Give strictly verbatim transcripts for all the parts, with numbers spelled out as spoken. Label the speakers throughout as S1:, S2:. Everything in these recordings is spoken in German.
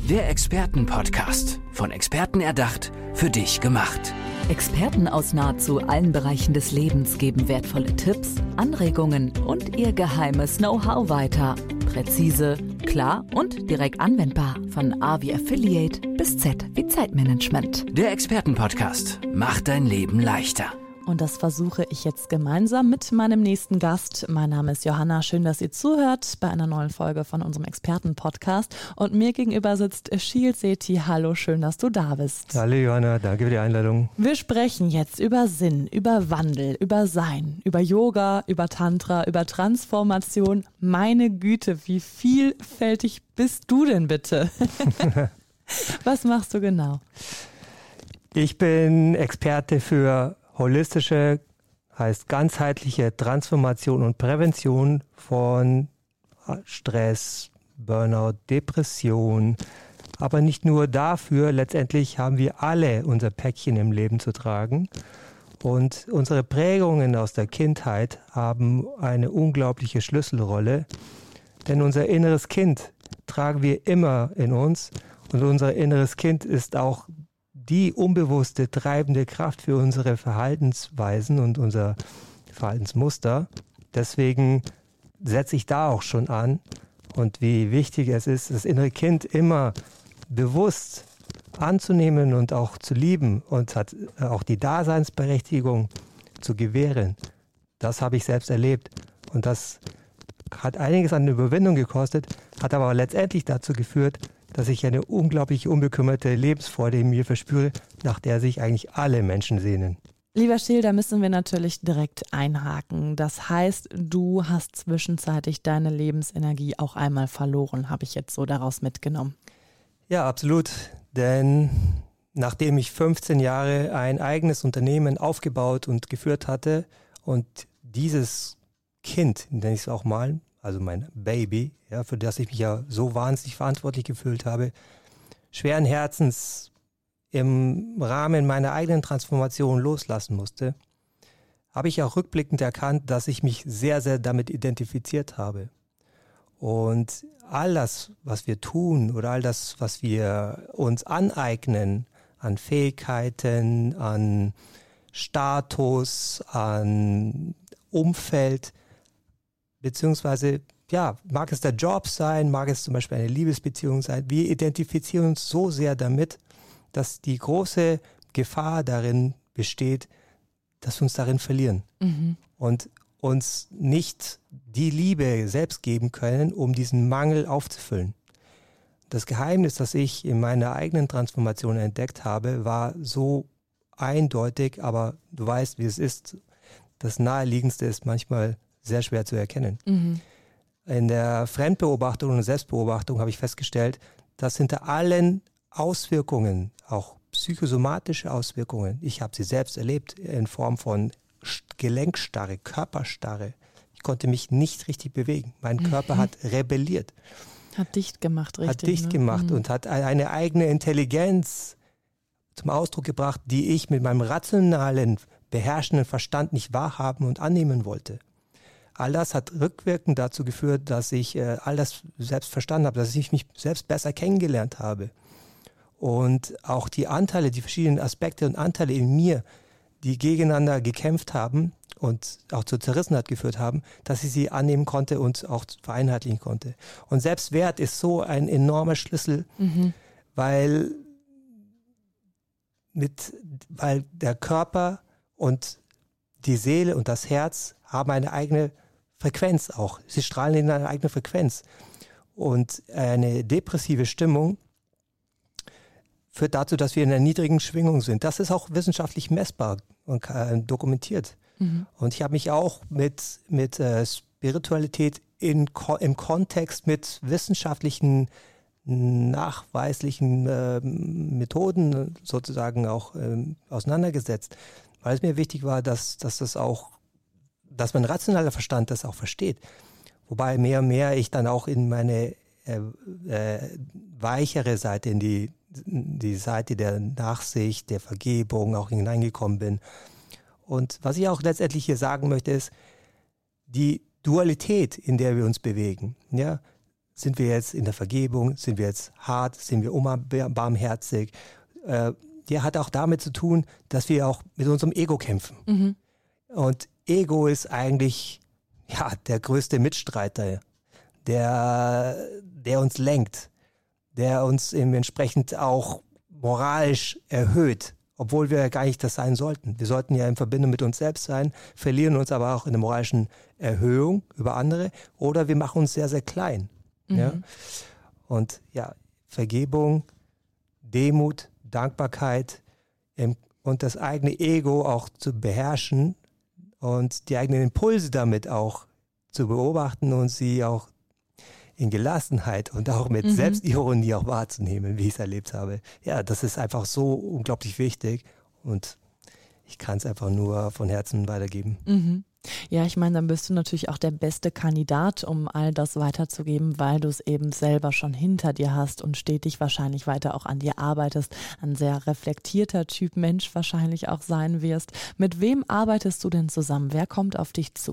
S1: Der Experten-Podcast. Von Experten erdacht, für dich gemacht.
S2: Experten aus nahezu allen Bereichen des Lebens geben wertvolle Tipps, Anregungen und ihr geheimes Know-how weiter. Präzise, klar und direkt anwendbar. Von A wie Affiliate bis Z wie Zeitmanagement.
S1: Der Experten-Podcast macht dein Leben leichter.
S3: Und das versuche ich jetzt gemeinsam mit meinem nächsten Gast. Mein Name ist Johanna. Schön, dass ihr zuhört bei einer neuen Folge von unserem Experten-Podcast. Und mir gegenüber sitzt Sheel Sethi. Hallo, schön, dass du da bist.
S4: Hallo Johanna, danke für die Einladung.
S3: Wir sprechen jetzt über Sinn, über Wandel, über Sein, über Yoga, über Tantra, über Transformation. Meine Güte, wie vielfältig bist du denn bitte? Was machst du genau?
S4: Ich bin Experte für holistische, heißt ganzheitliche Transformation und Prävention von Stress, Burnout, Depression. Aber nicht nur dafür, letztendlich haben wir alle unser Päckchen im Leben zu tragen. Und unsere Prägungen aus der Kindheit haben eine unglaubliche Schlüsselrolle. Denn unser inneres Kind tragen wir immer in uns. Und unser inneres Kind ist auch die unbewusste treibende Kraft für unsere Verhaltensweisen und unser Verhaltensmuster. Deswegen setze ich da auch schon an. Und wie wichtig es ist, das innere Kind immer bewusst anzunehmen und auch zu lieben und hat auch die Daseinsberechtigung zu gewähren. Das habe ich selbst erlebt. Und das hat einiges an Überwindung gekostet, hat aber letztendlich dazu geführt, dass ich eine unglaublich unbekümmerte Lebensfreude in mir verspüre, nach der sich eigentlich alle Menschen sehnen.
S3: Lieber Sheel, da müssen wir natürlich direkt einhaken. Das heißt, du hast zwischenzeitlich deine Lebensenergie auch einmal verloren, habe ich jetzt so daraus mitgenommen.
S4: Ja, absolut. Denn nachdem ich fünfzehn Jahre ein eigenes Unternehmen aufgebaut und geführt hatte und dieses Kind, nenne ich es auch mal, also mein Baby, ja, für das ich mich ja so wahnsinnig verantwortlich gefühlt habe, schweren Herzens im Rahmen meiner eigenen Transformation loslassen musste, habe ich auch rückblickend erkannt, dass ich mich sehr, sehr damit identifiziert habe. Und all das, was wir tun oder all das, was wir uns aneignen an Fähigkeiten, an Status, an Umfeld, beziehungsweise, ja, mag es der Job sein, mag es zum Beispiel eine Liebesbeziehung sein. Wir identifizieren uns so sehr damit, dass die große Gefahr darin besteht, dass wir uns darin verlieren. Mhm. Und uns nicht die Liebe selbst geben können, um diesen Mangel aufzufüllen. Das Geheimnis, das ich in meiner eigenen Transformation entdeckt habe, war so eindeutig, aber du weißt, wie es ist. Das Naheliegendste ist manchmal sehr schwer zu erkennen. Mhm. In der Fremdbeobachtung und Selbstbeobachtung habe ich festgestellt, dass hinter allen Auswirkungen, auch psychosomatische Auswirkungen, ich habe sie selbst erlebt in Form von Gelenkstarre, Körperstarre. Ich konnte mich nicht richtig bewegen. Mein mhm. Körper hat rebelliert.
S3: Hat dicht gemacht, richtig.
S4: Hat dicht
S3: ne?
S4: gemacht
S3: mhm.
S4: und hat eine eigene Intelligenz zum Ausdruck gebracht, die ich mit meinem rationalen, beherrschenden Verstand nicht wahrhaben und annehmen wollte. All das hat rückwirkend dazu geführt, dass ich äh, all das selbst verstanden habe, dass ich mich selbst besser kennengelernt habe. Und auch die Anteile, die verschiedenen Aspekte und Anteile in mir, die gegeneinander gekämpft haben und auch zur Zerrissenheit geführt haben, dass ich sie annehmen konnte und auch vereinheitlichen konnte. Und Selbstwert ist so ein enormer Schlüssel, mhm. weil, mit, weil der Körper und die Seele und das Herz haben eine eigene Frequenz auch. Sie strahlen in eine eigene Frequenz. Und eine depressive Stimmung führt dazu, dass wir in einer niedrigen Schwingung sind. Das ist auch wissenschaftlich messbar und äh, dokumentiert. Mhm. Und ich habe mich auch mit, mit äh, Spiritualität in, im Kontext mit wissenschaftlichen, nachweislichen äh, Methoden sozusagen auch äh, auseinandergesetzt, weil es mir wichtig war, dass, dass das auch dass mein rationaler Verstand das auch versteht. Wobei mehr und mehr ich dann auch in meine äh, äh, weichere Seite, in die, die Seite der Nachsicht, der Vergebung auch hineingekommen bin. Und was ich auch letztendlich hier sagen möchte, ist die Dualität, in der wir uns bewegen. Ja? sind wir jetzt in der Vergebung, sind wir jetzt hart, sind wir unbarmherzig. Äh, der hat auch damit zu tun, dass wir auch mit unserem Ego kämpfen. Mhm. Und Ego ist eigentlich ja, der größte Mitstreiter, der, der uns lenkt, der uns entsprechend auch moralisch erhöht, obwohl wir gar nicht das sein sollten. Wir sollten ja in Verbindung mit uns selbst sein, verlieren uns aber auch in der moralischen Erhöhung über andere oder wir machen uns sehr, sehr klein. Mhm. Ja? Und ja, Vergebung, Demut, Dankbarkeit ähm, und das eigene Ego auch zu beherrschen und die eigenen Impulse damit auch zu beobachten und sie auch in Gelassenheit und auch mit mhm. Selbstironie auch wahrzunehmen, wie ich es erlebt habe. Ja, das ist einfach so unglaublich wichtig und ich kann es einfach nur von Herzen weitergeben.
S3: Mhm. Ja, ich meine, dann bist du natürlich auch der beste Kandidat, um all das weiterzugeben, weil du es eben selber schon hinter dir hast und stetig wahrscheinlich weiter auch an dir arbeitest, ein sehr reflektierter Typ Mensch wahrscheinlich auch sein wirst. Mit wem arbeitest du denn zusammen? Wer kommt auf dich zu?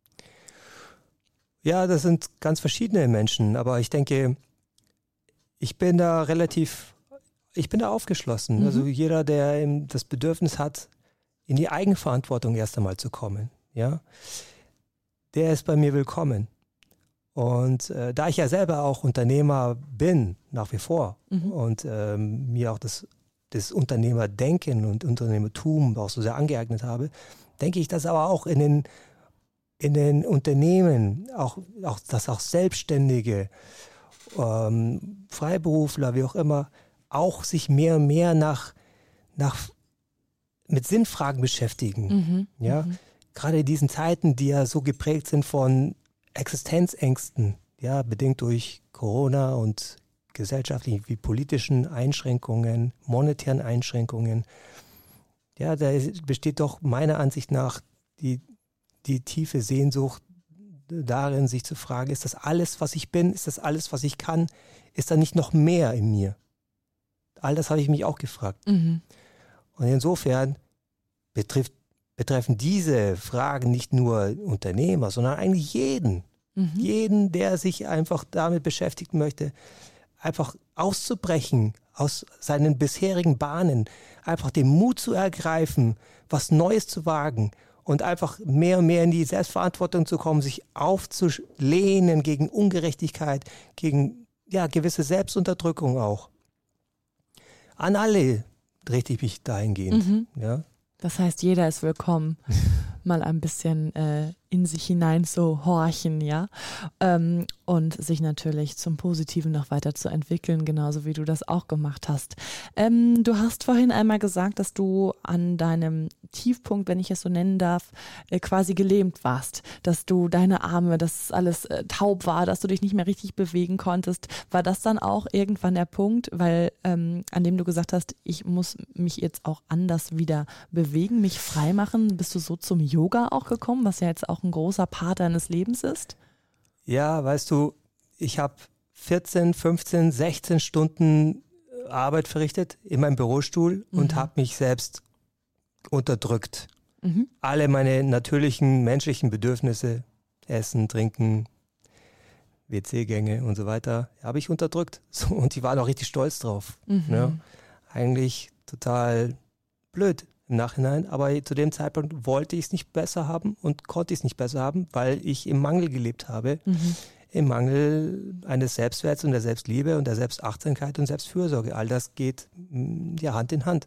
S4: Ja, das sind ganz verschiedene Menschen, aber ich denke, ich bin da relativ, ich bin da aufgeschlossen. Mhm. Also jeder, der eben das Bedürfnis hat, in die Eigenverantwortung erst einmal zu kommen, ja, der ist bei mir willkommen. Und äh, da ich ja selber auch Unternehmer bin, nach wie vor, mhm. und ähm, mir auch das, das Unternehmerdenken und Unternehmertum auch so sehr angeeignet habe, denke ich, dass aber auch in den, in den Unternehmen, auch, auch dass auch Selbstständige, ähm, Freiberufler, wie auch immer, auch sich mehr und mehr nach, nach mit Sinnfragen beschäftigen. Mhm. Ja. Mhm. Gerade in diesen Zeiten, die ja so geprägt sind von Existenzängsten, ja, bedingt durch Corona und gesellschaftlichen wie politischen Einschränkungen, monetären Einschränkungen. Ja, da besteht doch meiner Ansicht nach die, die tiefe Sehnsucht darin, sich zu fragen, ist das alles, was ich bin? Ist das alles, was ich kann? Ist da nicht noch mehr in mir? All das habe ich mich auch gefragt. Mhm. Und insofern betrifft betreffen diese Fragen nicht nur Unternehmer, sondern eigentlich jeden. Mhm. Jeden, der sich einfach damit beschäftigen möchte, einfach auszubrechen aus seinen bisherigen Bahnen, einfach den Mut zu ergreifen, was Neues zu wagen und einfach mehr und mehr in die Selbstverantwortung zu kommen, sich aufzulehnen gegen Ungerechtigkeit, gegen ja, gewisse Selbstunterdrückung auch. An alle richte ich mich dahingehend,
S3: mhm.
S4: ja.
S3: Das heißt, jeder ist willkommen, mal ein bisschen äh, in sich hinein zu horchen, ja, ähm, und sich natürlich zum Positiven noch weiter zu entwickeln, genauso wie du das auch gemacht hast. Ähm, du hast vorhin einmal gesagt, dass du an deinem Tiefpunkt, wenn ich es so nennen darf, äh, quasi gelähmt warst, dass du deine Arme, dass alles äh, taub war, dass du dich nicht mehr richtig bewegen konntest. War das dann auch irgendwann der Punkt, weil ähm, an dem du gesagt hast, ich muss mich jetzt auch anders wieder bewegen, mich frei machen? Bist du so zum Yoga auch gekommen, was ja jetzt auch ein großer Part deines Lebens ist?
S4: Ja, weißt du, ich habe vierzehn, fünfzehn, sechzehn Stunden Arbeit verrichtet in meinem Bürostuhl mhm. und habe mich selbst unterdrückt. Mhm. Alle meine natürlichen menschlichen Bedürfnisse, Essen, Trinken, W C-Gänge und so weiter, habe ich unterdrückt. So, und die waren auch richtig stolz drauf. Mhm. Ja, eigentlich total blöd im Nachhinein, aber zu dem Zeitpunkt wollte ich es nicht besser haben und konnte ich es nicht besser haben, weil ich im Mangel gelebt habe. Mhm. Im Mangel eines Selbstwerts und der Selbstliebe und der Selbstachtsamkeit und Selbstfürsorge. All das geht ja Hand in Hand.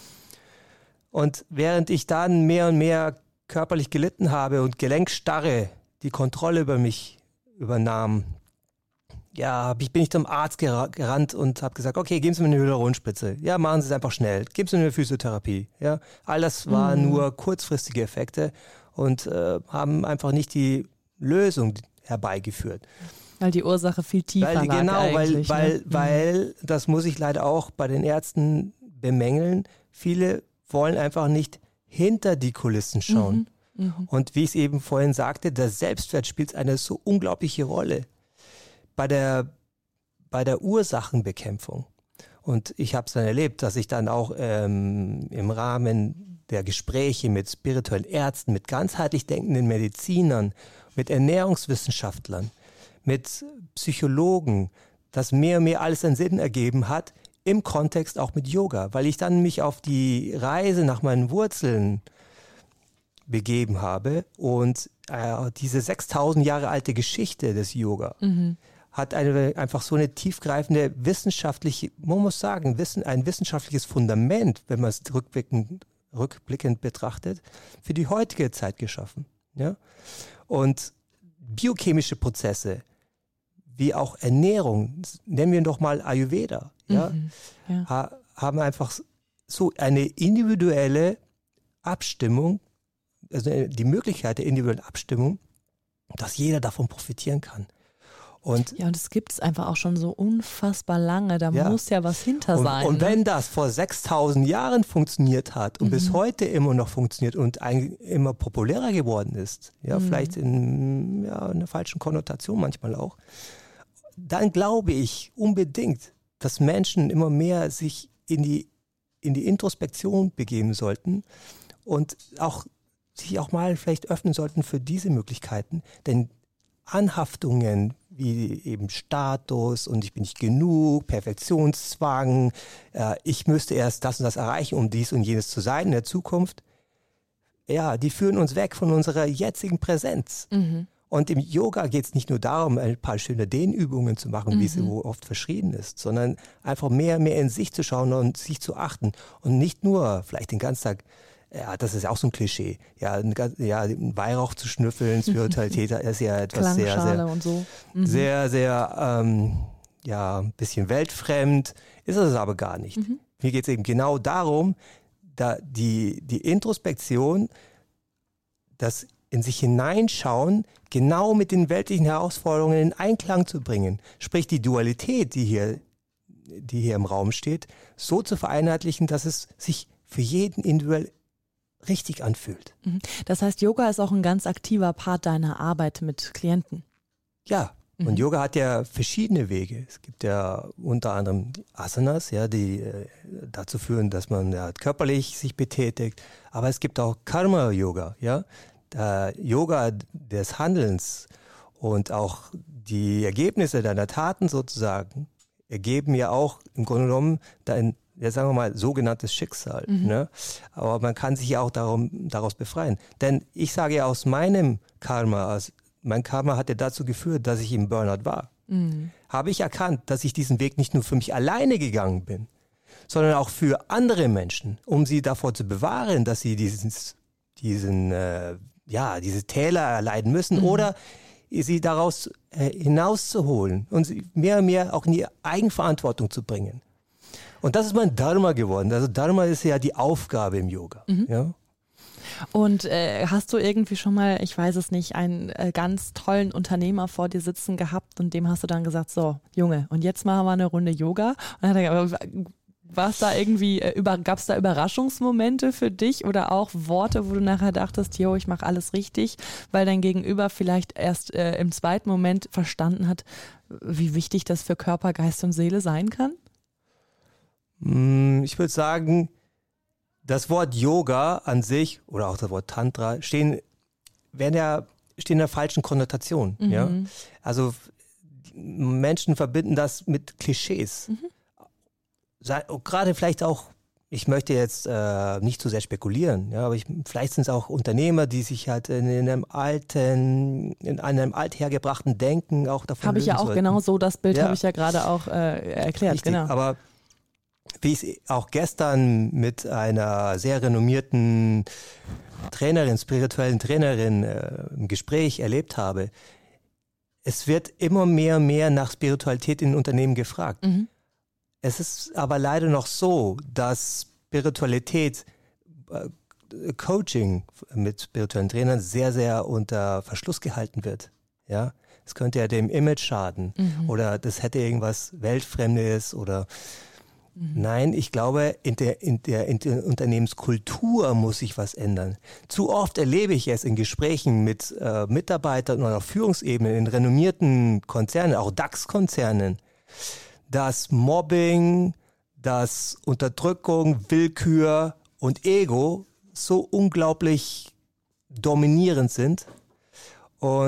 S4: Und während ich dann mehr und mehr körperlich gelitten habe und Gelenkstarre die Kontrolle über mich übernahm, ja, bin ich zum Arzt gerannt und habe gesagt, okay, geben Sie mir eine Hyaluronspritze. Ja, machen Sie es einfach schnell. Geben Sie mir eine Physiotherapie. Ja, all das waren mhm. nur kurzfristige Effekte und äh, haben einfach nicht die Lösung herbeigeführt.
S3: Weil die Ursache viel tiefer
S4: weil,
S3: lag
S4: Genau, weil, weil,
S3: ne?
S4: weil, das muss ich leider auch bei den Ärzten bemängeln, viele wollen einfach nicht hinter die Kulissen schauen. Mhm. Mhm. Und wie ich es eben vorhin sagte, der Selbstwert spielt eine so unglaubliche Rolle bei der, bei der Ursachenbekämpfung. Und ich habe es dann erlebt, dass ich dann auch ähm, im Rahmen der Gespräche mit spirituellen Ärzten, mit ganzheitlich denkenden Medizinern, mit Ernährungswissenschaftlern, mit Psychologen, das mehr und mehr alles einen Sinn ergeben hat, im Kontext auch mit Yoga, weil ich dann mich auf die Reise nach meinen Wurzeln begeben habe und äh, diese sechstausend Jahre alte Geschichte des Yoga mhm. hat eine, einfach so eine tiefgreifende wissenschaftliche, man muss sagen, Wissen, ein wissenschaftliches Fundament, wenn man es rückblickend, rückblickend betrachtet, für die heutige Zeit geschaffen. Ja? Und biochemische Prozesse, wie auch Ernährung, nennen wir doch mal Ayurveda, ja,
S3: mhm, ja.
S4: Ha, haben einfach so eine individuelle Abstimmung, also die Möglichkeit der individuellen Abstimmung, dass jeder davon profitieren kann. Und
S3: ja, und es gibt es einfach auch schon so unfassbar lange, da ja. muss ja was hinter
S4: und,
S3: sein.
S4: Und
S3: ne?
S4: wenn das vor sechstausend Jahren funktioniert hat und mhm. bis heute immer noch funktioniert und ein, immer populärer geworden ist, ja, mhm. vielleicht in ja, einer falschen Konnotation manchmal auch, dann glaube ich unbedingt, dass Menschen immer mehr sich in die, in die Introspektion begeben sollten und auch sich auch mal vielleicht öffnen sollten für diese Möglichkeiten, denn Anhaftungen wie eben Status und ich bin nicht genug, Perfektionszwang, äh, ich müsste erst das und das erreichen, um dies und jenes zu sein in der Zukunft, ja, die führen uns weg von unserer jetzigen Präsenz. Mhm. Und im Yoga geht es nicht nur darum, ein paar schöne Dehnübungen zu machen, mhm. wie es so oft verschrieben ist, sondern einfach mehr, mehr in sich zu schauen und sich zu achten und nicht nur vielleicht den ganzen Tag, ja, das ist ja auch so ein Klischee, ja, ein, ja, einen Weihrauch zu schnüffeln, Spiritualität ist ja etwas sehr, sehr,
S3: und so. mhm.
S4: sehr, sehr, ähm, ja, ein bisschen weltfremd, ist es aber gar nicht. Mhm. Mir geht es eben genau darum, da die, die Introspektion, das in sich hineinschauen, genau mit den weltlichen Herausforderungen in Einklang zu bringen. Sprich, die Dualität, die hier, die hier im Raum steht, so zu vereinheitlichen, dass es sich für jeden individuell richtig anfühlt.
S3: Das heißt, Yoga ist auch ein ganz aktiver Part deiner Arbeit mit Klienten.
S4: Ja, und mhm. Yoga hat ja verschiedene Wege. Es gibt ja unter anderem Asanas, ja, die äh, dazu führen, dass man ja, körperlich sich betätigt. Aber es gibt auch Karma-Yoga, ja, der Yoga des Handelns und auch die Ergebnisse deiner Taten sozusagen ergeben ja auch im Grunde genommen dein, ja, sagen wir mal, sogenanntes Schicksal. Mhm. Ne? Aber man kann sich ja auch darum, daraus befreien. Denn ich sage ja aus meinem Karma, aus, mein Karma hat ja dazu geführt, dass ich im Burnout war. Mhm. Habe ich erkannt, dass ich diesen Weg nicht nur für mich alleine gegangen bin, sondern auch für andere Menschen, um sie davor zu bewahren, dass sie dieses, diesen, äh, ja, diese Täler erleiden müssen mhm. oder sie daraus äh, hinauszuholen und sie mehr und mehr auch in die Eigenverantwortung zu bringen. Und das ist mein Dharma geworden. Also Dharma ist ja die Aufgabe im Yoga. Mhm. Ja?
S3: Und äh, hast du irgendwie schon mal, ich weiß es nicht, einen äh, ganz tollen Unternehmer vor dir sitzen gehabt und dem hast du dann gesagt, so Junge, und jetzt machen wir eine Runde Yoga? Und dann hat er gesagt, war es da irgendwie, äh, über, gab es da Überraschungsmomente für dich oder auch Worte, wo du nachher dachtest, jo, ich mache alles richtig, weil dein Gegenüber vielleicht erst äh, im zweiten Moment verstanden hat, wie wichtig das für Körper, Geist und Seele sein kann?
S4: Ich würde sagen, das Wort Yoga an sich oder auch das Wort Tantra stehen, werden ja, stehen in der falschen Konnotation. Mhm. Ja? Also Menschen verbinden das mit Klischees. Mhm. Gerade vielleicht auch, ich möchte jetzt äh, nicht zu sehr spekulieren, ja, aber ich, vielleicht sind es auch Unternehmer, die sich halt in, in einem alten, in einem althergebrachten Denken auch davon
S3: Habe ich ja auch
S4: sollten.
S3: Genau so, das Bild
S4: ja.
S3: habe ich ja gerade auch äh, erklärt.
S4: Richtig,
S3: genau.
S4: Aber wie ich es auch gestern mit einer sehr renommierten Trainerin, spirituellen Trainerin äh, im Gespräch erlebt habe, es wird immer mehr und mehr nach Spiritualität in Unternehmen gefragt. Mhm. Es ist aber leider noch so, dass Spiritualität, äh, Coaching mit spirituellen Trainern sehr, sehr unter Verschluss gehalten wird. Ja, es könnte ja dem Image schaden mhm. oder das hätte irgendwas Weltfremdes oder mhm. Nein, ich glaube, in der, in, der, in der Unternehmenskultur muss sich was ändern. Zu oft erlebe ich es in Gesprächen mit äh, Mitarbeitern oder auf Führungsebenen in renommierten Konzernen, auch DAX-Konzernen, dass Mobbing, dass Unterdrückung, Willkür und Ego so unglaublich dominierend sind. Und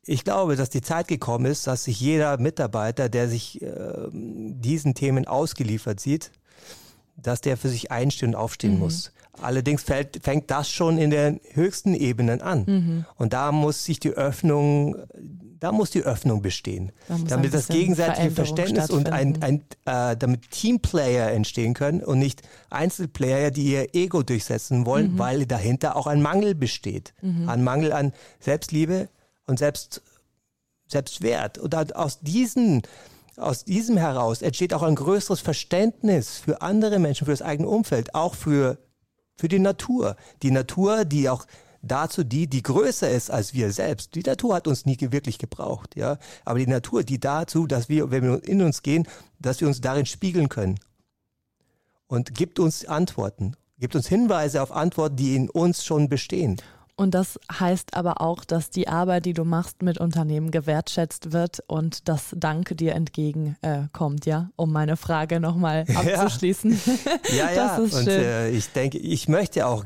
S4: ich glaube, dass die Zeit gekommen ist, dass sich jeder Mitarbeiter, der sich äh, diesen Themen ausgeliefert sieht, dass der für sich einstehen und aufstehen mhm. muss. Allerdings fällt, fängt das schon in den höchsten Ebenen an. Mhm. Und da muss sich die Öffnung, da muss die Öffnung bestehen. Da damit das gegenseitige Verständnis und ein, ein, äh, damit Teamplayer entstehen können und nicht Einzelplayer, die ihr Ego durchsetzen wollen, mhm. weil dahinter auch ein Mangel besteht. Mhm. Ein Mangel an Selbstliebe und Selbst, Selbstwert. Und aus diesen Aus diesem heraus entsteht auch ein größeres Verständnis für andere Menschen, für das eigene Umfeld, auch für, für die Natur. Die Natur, die auch dazu dient, die größer ist als wir selbst. Die Natur hat uns nie wirklich gebraucht, ja. Aber die Natur, die dazu, dass wir, wenn wir in uns gehen, dass wir uns darin spiegeln können. Und gibt uns Antworten, gibt uns Hinweise auf Antworten, die in uns schon bestehen.
S3: Und das heißt aber auch, dass die Arbeit, die du machst mit Unternehmen, gewertschätzt wird und das Dank dir entgegenkommt, äh, ja? Um meine Frage nochmal abzuschließen.
S4: Ja, ja, ja. Und äh, ich denke, ich möchte auch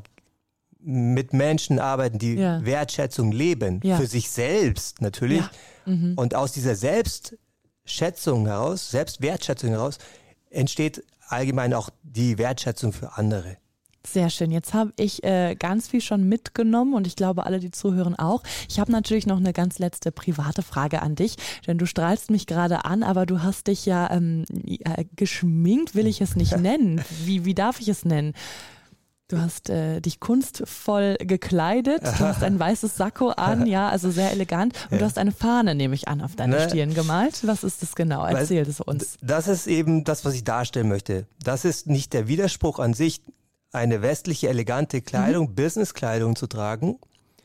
S4: mit Menschen arbeiten, die ja. Wertschätzung leben, ja. für sich selbst natürlich. Ja. Mhm. Und aus dieser Selbstschätzung heraus, Selbstwertschätzung heraus, entsteht allgemein auch die Wertschätzung für andere.
S3: Sehr schön. Jetzt habe ich äh, ganz viel schon mitgenommen und ich glaube, alle, die zuhören, auch. Ich habe natürlich noch eine ganz letzte private Frage an dich, denn du strahlst mich gerade an, aber du hast dich ja ähm, äh, geschminkt, will ich es nicht nennen. Wie, wie darf ich es nennen? Du hast äh, dich kunstvoll gekleidet, du hast ein weißes Sakko an, ja, also sehr elegant. Und ja. du hast eine Fahne, nehme ich an, auf deine ne? Stirn gemalt. Was ist das genau? Erzähl es uns.
S4: Das ist eben das, was ich darstellen möchte. Das ist nicht der Widerspruch an sich, eine westliche, elegante Kleidung, mhm. Businesskleidung zu tragen,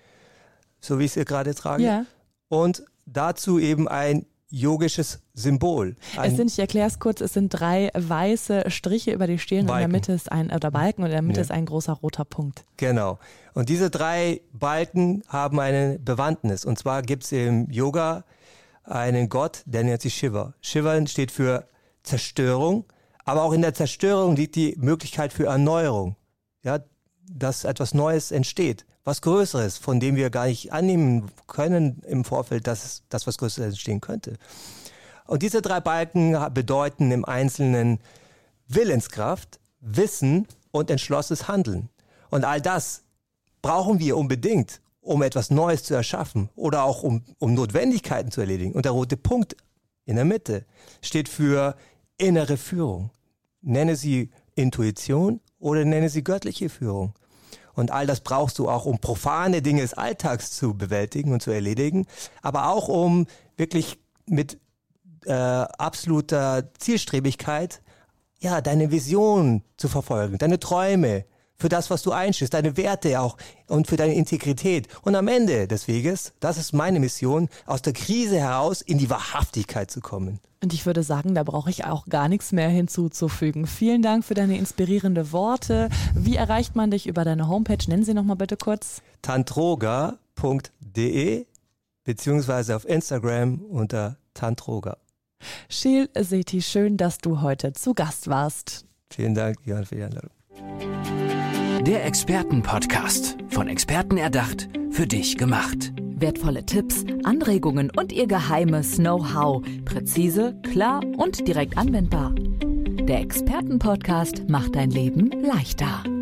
S4: so wie ich sie gerade trage. Ja. Und dazu eben ein yogisches Symbol.
S3: Ein es sind, ich erkläre es kurz, es sind drei weiße Striche über die Stirn und in der Mitte ist ein, oder Balken und in der Mitte ja. ist ein großer roter Punkt.
S4: Genau. Und diese drei Balken haben eine Bewandtnis. Und zwar gibt es im Yoga einen Gott, der nennt sich Shiva. Shiva steht für Zerstörung, aber auch in der Zerstörung liegt die Möglichkeit für Erneuerung. Ja, dass etwas Neues entsteht, was Größeres, von dem wir gar nicht annehmen können im Vorfeld, dass das was Größeres entstehen könnte. Und diese drei Balken bedeuten im Einzelnen Willenskraft, Wissen und entschlossenes Handeln. Und all das brauchen wir unbedingt, um etwas Neues zu erschaffen oder auch um, um Notwendigkeiten zu erledigen. Und der rote Punkt in der Mitte steht für innere Führung. Nenne sie Intuition oder nenne sie göttliche Führung. Und all das brauchst du auch, um profane Dinge des Alltags zu bewältigen und zu erledigen, aber auch um wirklich mit äh, absoluter Zielstrebigkeit ja, deine Vision zu verfolgen, deine Träume, für das, was du einstehst, deine Werte auch und für deine Integrität. Und am Ende des Weges, das ist meine Mission, aus der Krise heraus in die Wahrhaftigkeit zu kommen.
S3: Und ich würde sagen, da brauche ich auch gar nichts mehr hinzuzufügen. Vielen Dank für deine inspirierende Worte. Wie erreicht man dich über deine Homepage? Nennen Sie nochmal bitte kurz.
S4: tantroga punkt de beziehungsweise auf Instagram unter tantroga.
S3: Scheel Sethi, schön, dass du heute zu Gast warst.
S4: Vielen Dank, Johann, für die Einladung.
S1: Der Expertenpodcast. Von Experten erdacht, für dich gemacht.
S2: Wertvolle Tipps, Anregungen und ihr geheimes Know-how. Präzise, klar und direkt anwendbar. Der Expertenpodcast macht dein Leben leichter.